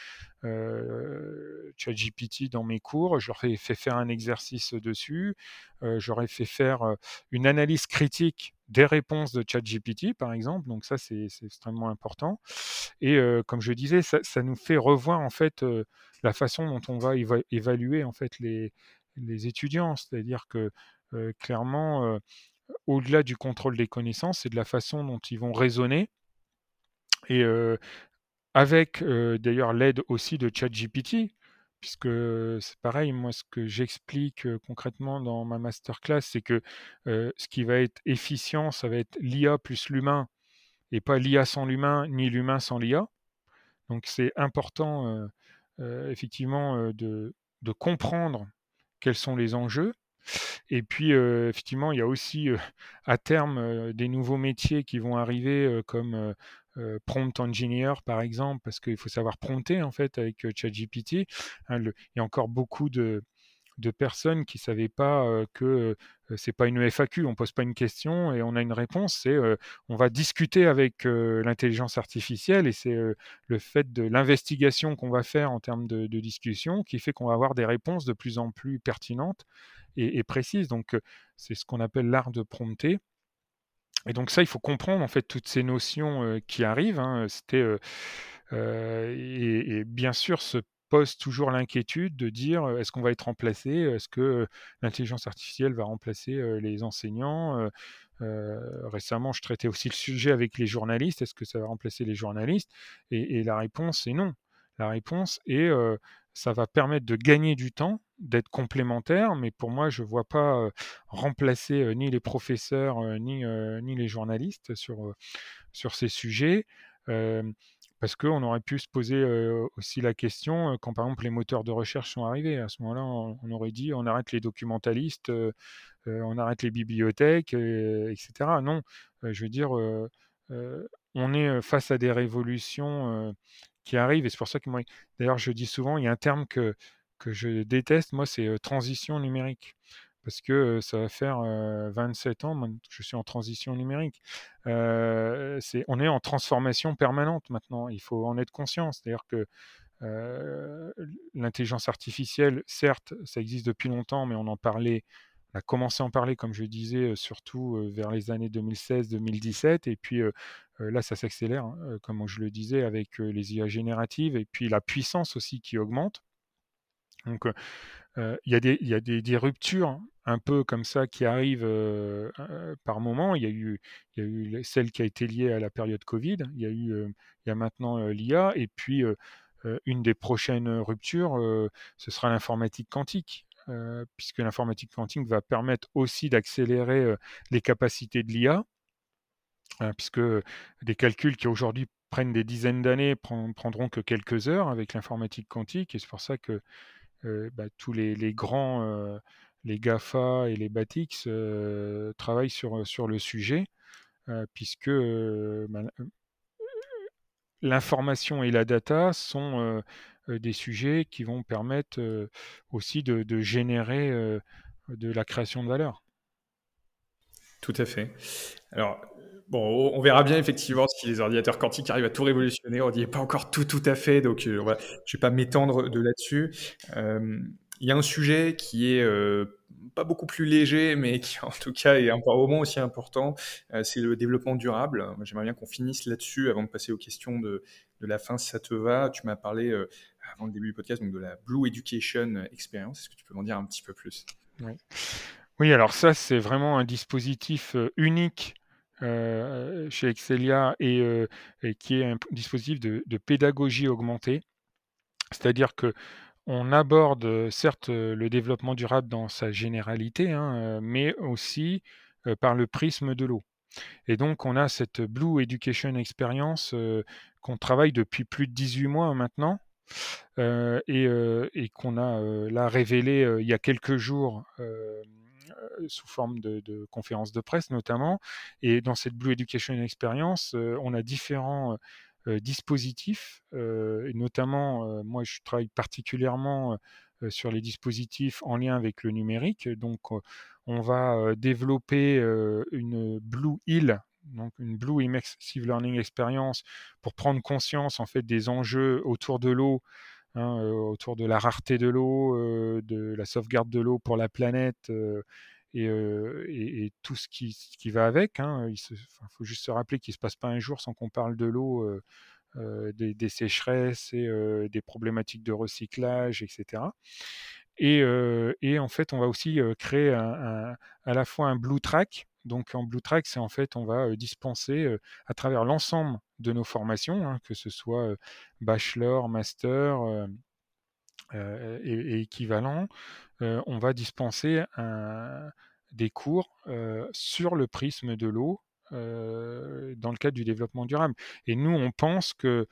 ChatGPT dans mes cours, je leur ai fait faire un exercice dessus, j'aurais fait faire une analyse critique des réponses de ChatGPT, par exemple, donc ça c'est extrêmement important. Et comme je disais, ça nous fait revoir en fait la façon dont on va évaluer en fait les étudiants, c'est-à-dire que clairement, au-delà du contrôle des connaissances, c'est de la façon dont ils vont raisonner. Et avec, d'ailleurs l'aide aussi de ChatGPT, puisque c'est pareil, moi ce que j'explique, concrètement dans ma masterclass, c'est que, ce qui va être efficient, ça va être l'IA plus l'humain et pas l'IA sans l'humain, ni l'humain sans l'IA. Donc c'est important, effectivement, de comprendre quels sont les enjeux. Et puis, effectivement, il y a aussi, à terme, des nouveaux métiers qui vont arriver, comme, prompt engineer, par exemple, parce qu'il faut savoir prompter, en fait, avec, ChatGPT. Hein, il y a encore beaucoup de personnes qui savaient pas, que, c'est pas une FAQ, on pose pas une question et on a une réponse. C'est, on va discuter avec, l'intelligence artificielle et c'est, le fait de l'investigation qu'on va faire en termes de discussion qui fait qu'on va avoir des réponses de plus en plus pertinentes et précises. Donc, c'est ce qu'on appelle l'art de prompter. Et donc ça, il faut comprendre en fait toutes ces notions, qui arrivent, hein. Et bien sûr se pose toujours l'inquiétude de dire, «Est-ce qu'on va être remplacé? Est-ce que, l'intelligence artificielle va remplacer, les enseignants?» Récemment, je traitais aussi le sujet avec les journalistes. Est-ce que ça va remplacer les journalistes? Et la réponse est non. La réponse est, ça va permettre de gagner du temps, d'être complémentaire, mais pour moi, je ne vois pas, remplacer, ni les professeurs, ni les journalistes sur ces sujets. Hem, Parce qu'on aurait pu se poser, aussi la question, quand par exemple les moteurs de recherche sont arrivés. À ce moment-là, on aurait dit: «On arrête les documentalistes, on arrête les bibliothèques, et cetera». Non, je veux dire, on est, face à des révolutions, qui arrivent et c'est pour ça que moi d'ailleurs je dis souvent, il y a un terme que je déteste, moi, c'est, transition numérique. Parce que, ça va faire, 27 ans que je suis en transition numérique. On est en transformation permanente maintenant, il faut en être conscient. C'est-à-dire que, l'intelligence artificielle, certes, ça existe depuis longtemps, mais on a commencé à en parler, comme je disais, surtout, vers les années 2016-2017 et puis, là, ça s'accélère, hein, comme je le disais avec, les IA génératives et puis la puissance aussi qui augmente. Donc, il y a des ruptures un peu comme ça qui arrivent, par moment. Il y a eu celle qui a été liée à la période covid. Il y a maintenant, l'IA et puis, une des prochaines ruptures, ce sera l'informatique quantique, puisque l'informatique quantique va permettre aussi d'accélérer, les capacités de l'IA, puisque, des calculs qui aujourd'hui prennent des dizaines d'années prendront que quelques heures avec l'informatique quantique et c'est pour ça que tous les grands, les GAFA et les BATX, travaillent sur le sujet, puisque, l'information et la data sont, des sujets qui vont permettre, aussi de générer, de la création de valeur. Tout à fait. Alors, bon, on verra bien effectivement si les ordinateurs quantiques arrivent à tout révolutionner. On n'y est pas encore tout à fait, donc je vais pas m'étendre de là-dessus. Il y a un sujet qui est pas beaucoup plus léger, mais qui en tout cas est un moment aussi important, c'est le développement durable. Moi, j'aimerais bien qu'on finisse là-dessus avant de passer aux questions de la fin, si ça te va. Tu m'as parlé avant le début du podcast donc de la Blue Education Experience. Est-ce que tu peux m'en dire un petit peu plus? Ouais. Oui, alors ça, c'est vraiment un dispositif, unique, chez Excelia et qui est un dispositif de pédagogie augmentée. C'est-à-dire que on aborde, certes, le développement durable dans sa généralité, hein, mais aussi, par le prisme de l'eau. Et donc on a cette Blue Education Experience, qu'on travaille depuis plus de 18 mois maintenant, et qu'on a, là révélé, il y a quelques jours, sous forme de conférences de presse notamment. Et dans cette Blue Education Experience, on a différents dispositifs, et notamment, moi je travaille particulièrement sur les dispositifs en lien avec le numérique. Donc on va développer une Blue Hill, donc une Blue Immersive Learning Experience, pour prendre conscience en fait des enjeux autour de l'eau, hein, autour de la rareté de l'eau, de la sauvegarde de l'eau pour la planète, et tout ce qui va avec, hein. Faut juste se rappeler qu'il ne se passe pas un jour sans qu'on parle de l'eau, des sécheresses et des problématiques de recyclage, etc. Et en fait, on va aussi créer à la fois un Blue Track. Donc en Blue Track, c'est en fait, on va dispenser à travers l'ensemble de nos formations, hein, que ce soit bachelor, master et équivalent, on va dispenser des cours sur le prisme de l'eau dans le cadre du développement durable. Et nous, on pense que,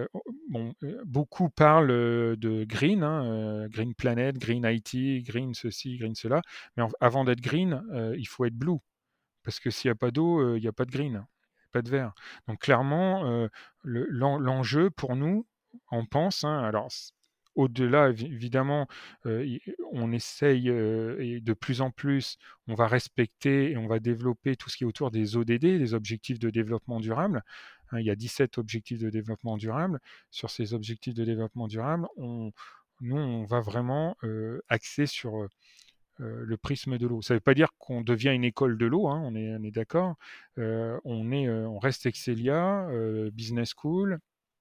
beaucoup parlent de green, hein, green planet, green IT, green ceci, green cela, mais avant d'être green, il faut être blue, parce que s'il n'y a pas d'eau, il n'y a pas de green, pas de vert. Donc clairement, l'enjeu pour nous, on pense, hein, alors au-delà, évidemment, on essaye, et de plus en plus, on va respecter et on va développer tout ce qui est autour des ODD, des objectifs de développement durable. Hein, il y a 17 objectifs de développement durable. Sur ces objectifs de développement durable, nous, on va vraiment axer sur le prisme de l'eau. Ça ne veut pas dire qu'on devient une école de l'eau, hein, on est d'accord. On reste Excelia, Business School,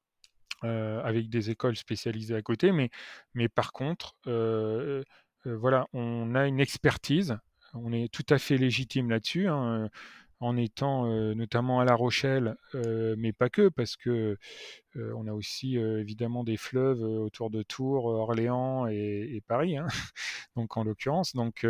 avec des écoles spécialisées à côté, mais par contre, voilà, on a une expertise, on est tout à fait légitime là-dessus, hein, en étant notamment à La Rochelle, mais pas que, parce que on a aussi évidemment des fleuves autour de Tours, Orléans et Paris, hein, donc en l'occurrence. Donc,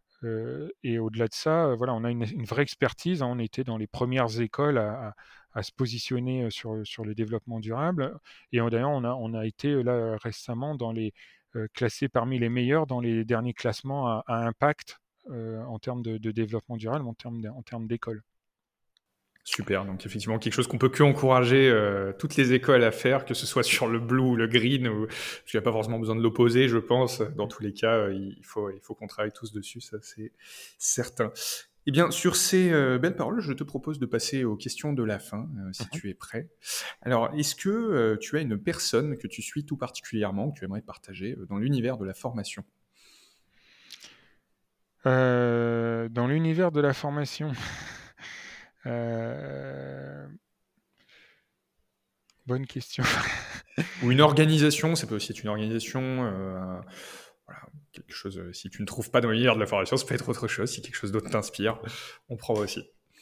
et au-delà de ça, voilà, on a une vraie expertise, hein. On était dans les premières écoles à se positionner sur le développement durable. Et d'ailleurs, on a été là récemment classés parmi les meilleurs dans les derniers classements à impact en termes de développement durable, en termes d'école. Super, donc effectivement quelque chose qu'on peut que encourager toutes les écoles à faire, que ce soit sur le blue ou le green, parce qu'il n'y a pas forcément besoin de l'opposer, je pense. Dans tous les cas, il faut qu'on travaille tous dessus, ça c'est certain. Eh bien, sur ces belles paroles, je te propose de passer aux questions de la fin, si tu es prêt. Alors, est-ce que tu as une personne que tu suis tout particulièrement, que tu aimerais partager dans l'univers de la formation? Dans l'univers de la formation, euh, bonne question. Ou une organisation, ça peut aussi être une organisation, voilà, quelque chose, si tu ne trouves pas dans l'univers de la formation, ça peut être autre chose, si quelque chose d'autre t'inspire, on prend aussi.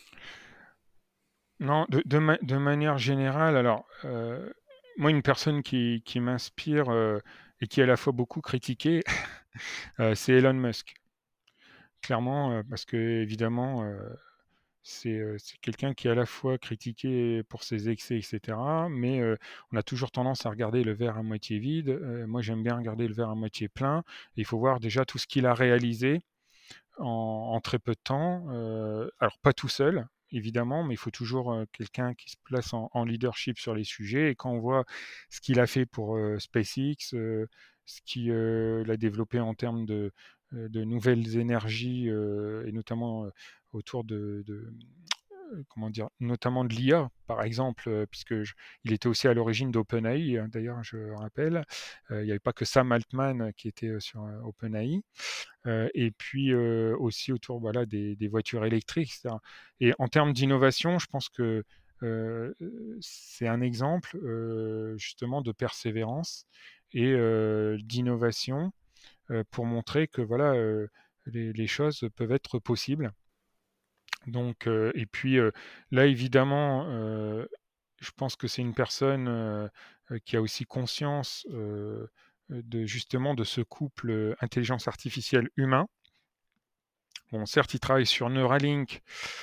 Non, de manière générale, alors, moi, une personne qui m'inspire et qui est à la fois beaucoup critiquée, c'est Elon Musk. Clairement, parce que évidemment, c'est quelqu'un qui est à la fois critiqué pour ses excès, etc. Mais on a toujours tendance à regarder le verre à moitié vide. Moi, j'aime bien regarder le verre à moitié plein. Et il faut voir déjà tout ce qu'il a réalisé en très peu de temps. Alors, pas tout seul, évidemment, mais il faut toujours quelqu'un qui se place en leadership sur les sujets. Et quand on voit ce qu'il a fait pour SpaceX, ce qu'il a développé en termes de nouvelles énergies, et notamment autour comment dire, notamment de l'IA, par exemple, puisque il était aussi à l'origine d'OpenAI, hein, d'ailleurs, je rappelle. Il n'y avait pas que Sam Altman qui était sur OpenAI. Et puis aussi autour, voilà, des voitures électriques, etc. Et en termes d'innovation, je pense que c'est un exemple justement de persévérance et d'innovation pour montrer que voilà, les choses peuvent être possibles. Donc, et puis là, évidemment, je pense que c'est une personne qui a aussi conscience de justement de ce couple intelligence artificielle humain. Bon, certes, il travaille sur Neuralink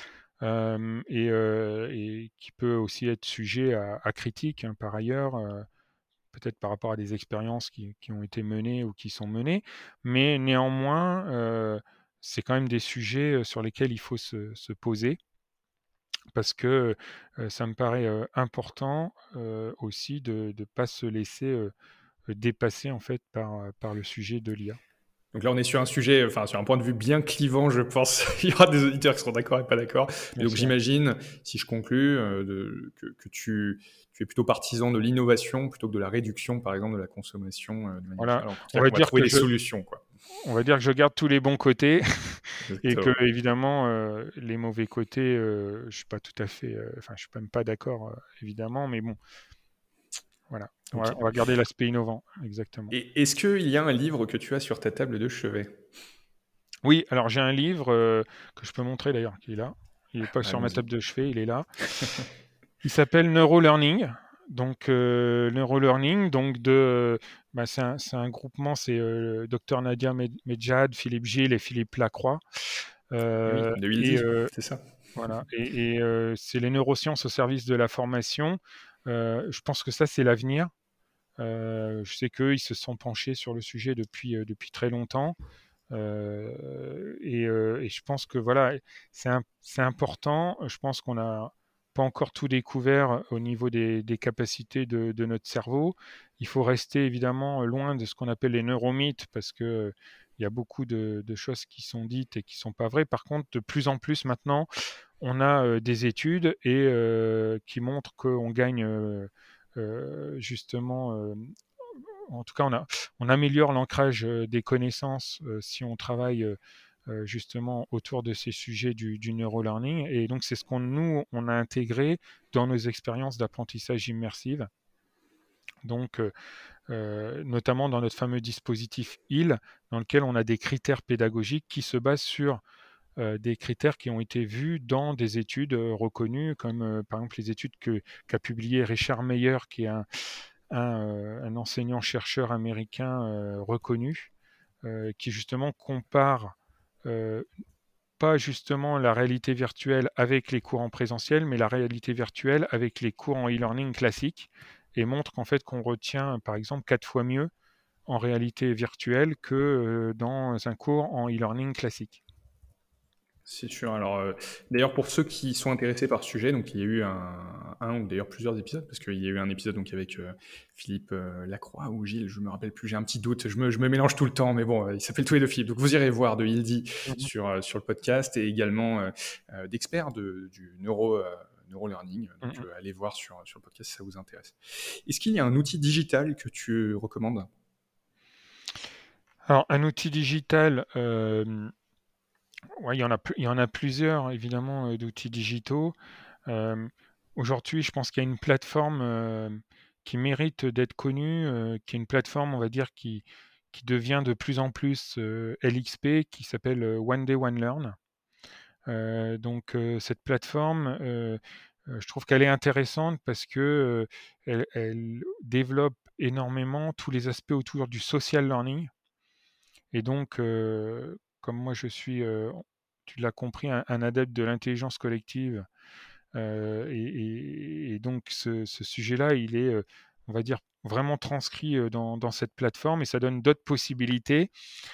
et qui peut aussi être sujet à critique, hein, par ailleurs, peut-être par rapport à des expériences qui ont été menées ou qui sont menées. Mais néanmoins, c'est quand même des sujets sur lesquels il faut se poser parce que ça me paraît important aussi de ne pas se laisser dépasser en fait par le sujet de l'IA. Donc là, on est sur un sujet, enfin sur un point de vue bien clivant, je pense. Il y aura des auditeurs qui seront d'accord et pas d'accord. Et Bien donc sûr. j'imagine, si je conclus, que tu es plutôt partisan de l'innovation plutôt que de la réduction, par exemple, de la consommation de manière Voilà, générale. En tout on cas, va qu'on va dire trouver que des solutions, quoi. je garde tous les bons côtés et que Exactement. évidemment les mauvais côtés, je suis pas tout à fait, enfin je suis même pas d'accord évidemment, mais bon, voilà, Ok. on va garder l'aspect innovant, exactement. Et est-ce qu'il y a un livre que tu as sur ta table de chevet? Oui, alors j'ai un livre que je peux montrer d'ailleurs, qui est là. Il n'est pas sur ma Allons-y. table de chevet, il est là. Il s'appelle Neurolearning. Donc Neurolearning, c'est un groupement, c'est Dr Nadia Medjad, Philippe Gilles et Philippe Lacroix. Eh oui, Euh, de et Hildy, c'est ça. voilà, c'est les neurosciences au service de la formation. Je pense que ça, c'est l'avenir. Je sais qu'eux, ils se sont penchés sur le sujet depuis très longtemps. Et je pense que voilà, c'est important. Je pense qu'on n'a pas encore tout découvert au niveau des capacités de notre cerveau. Il faut rester évidemment loin de ce qu'on appelle les neuromythes parce que il y a beaucoup de choses qui sont dites et qui sont pas vraies. Par contre, de plus en plus maintenant, on a des études qui montrent qu'on gagne justement en tout cas, on améliore l'ancrage des connaissances si on travaille justement autour de ces sujets du neurolearning. Et donc, c'est ce on a intégré dans nos expériences d'apprentissage immersive. Donc, notamment dans notre fameux dispositif HEAL, dans lequel on a des critères pédagogiques qui se basent sur des critères qui ont été vus dans des études reconnues, comme par exemple les études qu'a publié Richard Meyer, qui est un enseignant-chercheur américain reconnu, qui justement compare euh, pas justement la réalité virtuelle avec les cours en présentiel, mais la réalité virtuelle avec les cours en e-learning classique, et montre qu'en fait qu'on retient par exemple 4 fois mieux en réalité virtuelle que dans un cours en e-learning classique. C'est sûr. Alors, d'ailleurs, pour ceux qui sont intéressés par ce sujet, donc il y a eu un ou d'ailleurs plusieurs épisodes, parce qu'il y a eu un épisode donc avec Philippe Lacroix ou Gilles, je me rappelle plus, j'ai un petit doute, je me mélange tout le temps, mais bon, ils s'appellent tous les deux Philippe. Donc vous irez voir de Hildy Mhm. sur le podcast et également d'experts du neurolearning. Donc Mhm. allez voir sur le podcast si ça vous intéresse. Est-ce qu'il y a un outil digital que tu recommandes? Alors, un outil digital, ouais, il y en a plusieurs, évidemment, d'outils digitaux. Euh, Aujourd'hui, je pense qu'il y a une plateforme qui mérite d'être connue, qui est une plateforme, on va dire, qui devient de plus en plus LXP, qui s'appelle One Day One Learn. Cette plateforme, je trouve qu'elle est intéressante parce que elle développe énormément tous les aspects autour du social learning. Et donc, comme moi je suis, tu l'as compris, un adepte de l'intelligence collective, et donc ce sujet-là, il est, on va dire, vraiment transcrit dans cette plateforme et ça donne d'autres possibilités,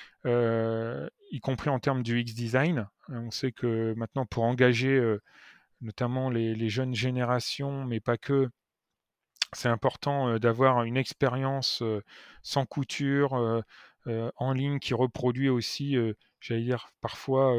y compris en termes du X-Design. On sait que maintenant, pour engager notamment les jeunes générations, mais pas que, c'est important d'avoir une expérience sans couture en ligne qui reproduit aussi, j'allais dire, parfois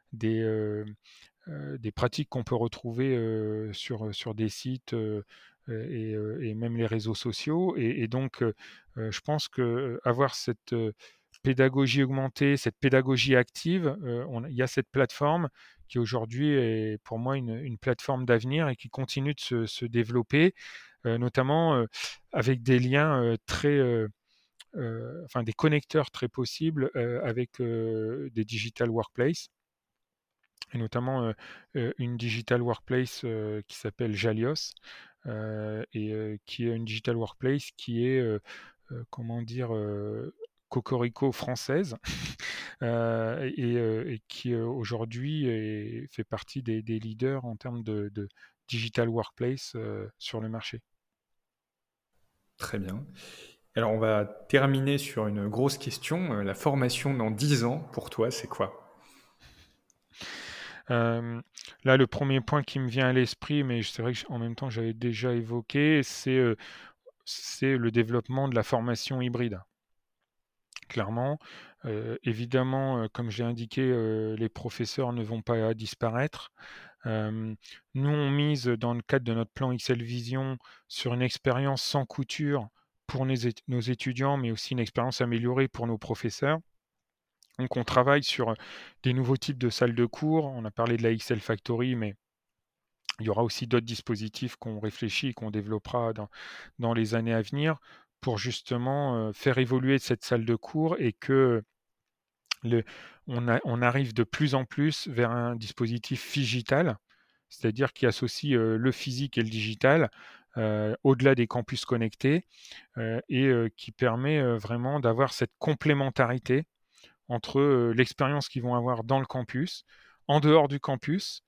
des pratiques qu'on peut retrouver sur des sites et même les réseaux sociaux. Et donc, je pense que avoir cette pédagogie augmentée, cette pédagogie active, il y a cette plateforme qui aujourd'hui est pour moi une plateforme d'avenir et qui continue de se développer, notamment avec des liens enfin des connecteurs très possibles avec des digital workplace et notamment une digital workplace qui s'appelle Jalios qui est une digital workplace qui est, comment dire, cocorico française et qui aujourd'hui fait partie des leaders en termes de digital workplace sur le marché. Très bien. Alors, on va terminer sur une grosse question. La formation dans 10 ans, pour toi, c'est quoi? Euh, Là, le premier point qui me vient à l'esprit, mais c'est vrai que en même temps j'avais déjà évoqué, c'est le développement de la formation hybride. Clairement, évidemment, comme j'ai indiqué, les professeurs ne vont pas disparaître. Nous, on mise dans le cadre de notre plan XL Vision sur une expérience sans couture pour nos étudiants, mais aussi une expérience améliorée pour nos professeurs. Donc, on travaille sur des nouveaux types de salles de cours. On a parlé de la XL Factory, mais il y aura aussi d'autres dispositifs qu'on réfléchit et qu'on développera dans les années à venir pour justement faire évoluer cette salle de cours et que le- on arrive de plus en plus vers un dispositif phygital, c'est-à-dire qui associe le physique et le digital au-delà des campus connectés et qui permet vraiment d'avoir cette complémentarité entre l'expérience qu'ils vont avoir dans le campus, en dehors du campus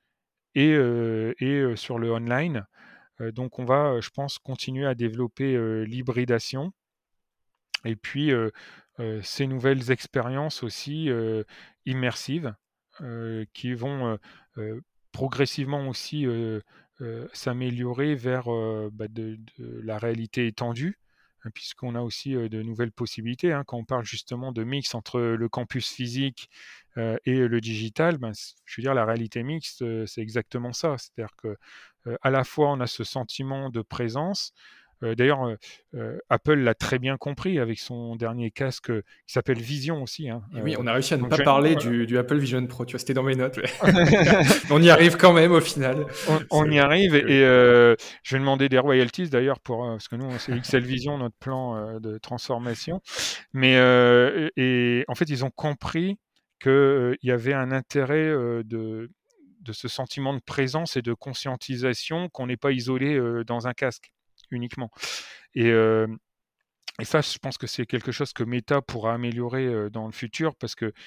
et sur le online. Donc on va, je pense, continuer à développer l'hybridation et puis ces nouvelles expériences aussi immersives qui vont progressivement aussi s'améliorer vers de la réalité étendue, hein, puisqu'on a aussi de nouvelles possibilités. Hein. Quand on parle justement de mix entre le campus physique et le digital, ben, je veux dire, la réalité mixte, c'est exactement ça. C'est-à-dire que à la fois, on a ce sentiment de présence. D'ailleurs, Apple l'a très bien compris avec son dernier casque qui s'appelle Vision aussi. Hein. Et oui, on a réussi à ne Donc pas parler voilà. du Apple Vision Pro. Tu vois, c'était dans mes notes. On y arrive quand même au final. On y arrive Oui. et je vais demander des royalties d'ailleurs parce que nous, c'est XL Vision, notre plan de transformation. Mais et en fait, ils ont compris qu'il y avait un intérêt de ce sentiment de présence et de conscientisation qu'on n'est pas isolé dans un casque uniquement. Et, euh, et ça, je pense que c'est quelque chose que Meta pourra améliorer dans le futur parce que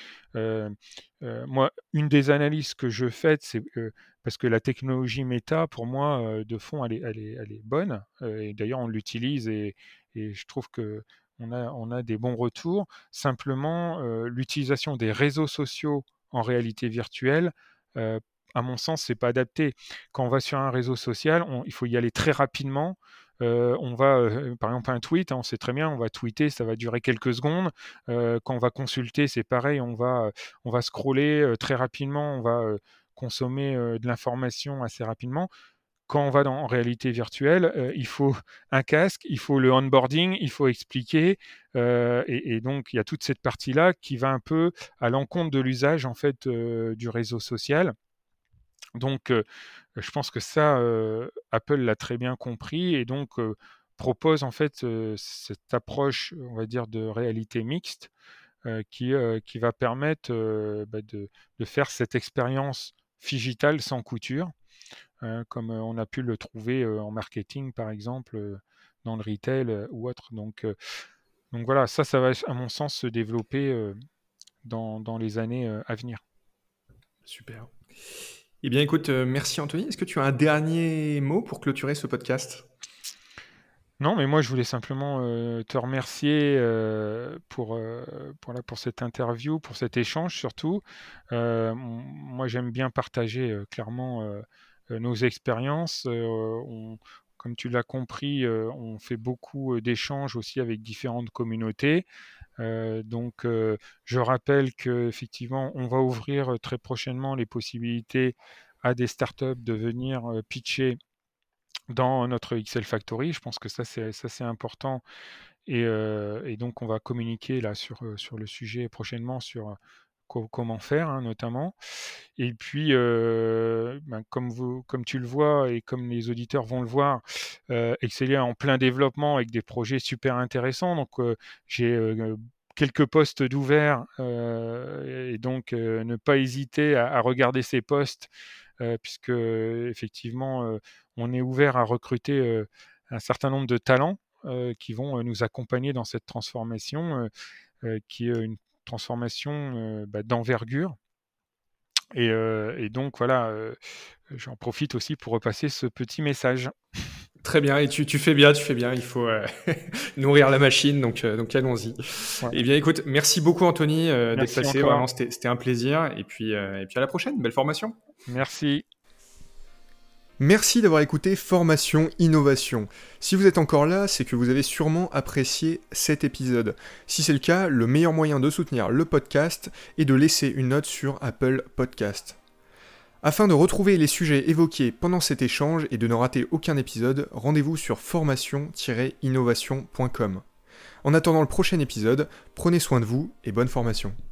moi, une des analyses que je fais, c'est parce que la technologie Meta, pour moi, de fond, elle est bonne. Et d'ailleurs, on l'utilise et je trouve que on a des bons retours. Simplement, l'utilisation des réseaux sociaux en réalité virtuelle, euh, à mon sens, c'est pas adapté. Quand on va sur un réseau social, il faut y aller très rapidement. On va, par exemple, un tweet, hein, on sait très bien, on va tweeter, ça va durer quelques secondes. Quand on va consulter, c'est pareil, on va scroller très rapidement, on va consommer de l'information assez rapidement. Quand on va en réalité virtuelle, il faut un casque, il faut le onboarding, il faut expliquer, et donc il y a toute cette partie-là qui va un peu à l'encontre de l'usage en fait du réseau social. Donc, je pense que ça, Apple l'a très bien compris et donc propose en fait cette approche, on va dire, de réalité mixte qui va permettre de faire cette expérience digitale sans couture, hein, comme on a pu le trouver en marketing, par exemple, dans le retail ou autre. Donc voilà, ça va, à mon sens, se développer dans les années à venir. Super. Eh bien, écoute, merci Anthony. Est-ce que tu as un dernier mot pour clôturer ce podcast? Non, mais moi je voulais simplement te remercier pour cette interview, pour cet échange surtout. Moi j'aime bien partager clairement nos expériences. Comme tu l'as compris, on fait beaucoup d'échanges aussi avec différentes communautés. Je rappelle qu'effectivement, on va ouvrir très prochainement les possibilités à des startups de venir pitcher dans notre XL Factory. Je pense que ça c'est important et donc on va communiquer là sur le sujet prochainement sur comment faire, hein, notamment. Et puis, comme tu le vois et comme les auditeurs vont le voir, Excelia est en plein développement avec des projets super intéressants. Donc, j'ai quelques postes d'ouverts et donc ne pas hésiter à regarder ces postes puisque effectivement, on est ouvert à recruter un certain nombre de talents qui vont nous accompagner dans cette transformation qui est une transformation d'envergure. Et donc voilà, j'en profite aussi pour repasser ce petit message. Très bien, et tu fais bien, il faut nourrir la machine, donc allons-y. Ouais. Eh bien, écoute, merci beaucoup Anthony d'être Merci passé, encore. vraiment c'était un plaisir, et puis à la prochaine, belle formation. Merci. Merci d'avoir écouté Formation Innovation. Si vous êtes encore là, c'est que vous avez sûrement apprécié cet épisode. Si c'est le cas, le meilleur moyen de soutenir le podcast est de laisser une note sur Apple Podcast. Afin de retrouver les sujets évoqués pendant cet échange et de ne rater aucun épisode, rendez-vous sur formation-innovation.com. En attendant le prochain épisode, prenez soin de vous et bonne formation.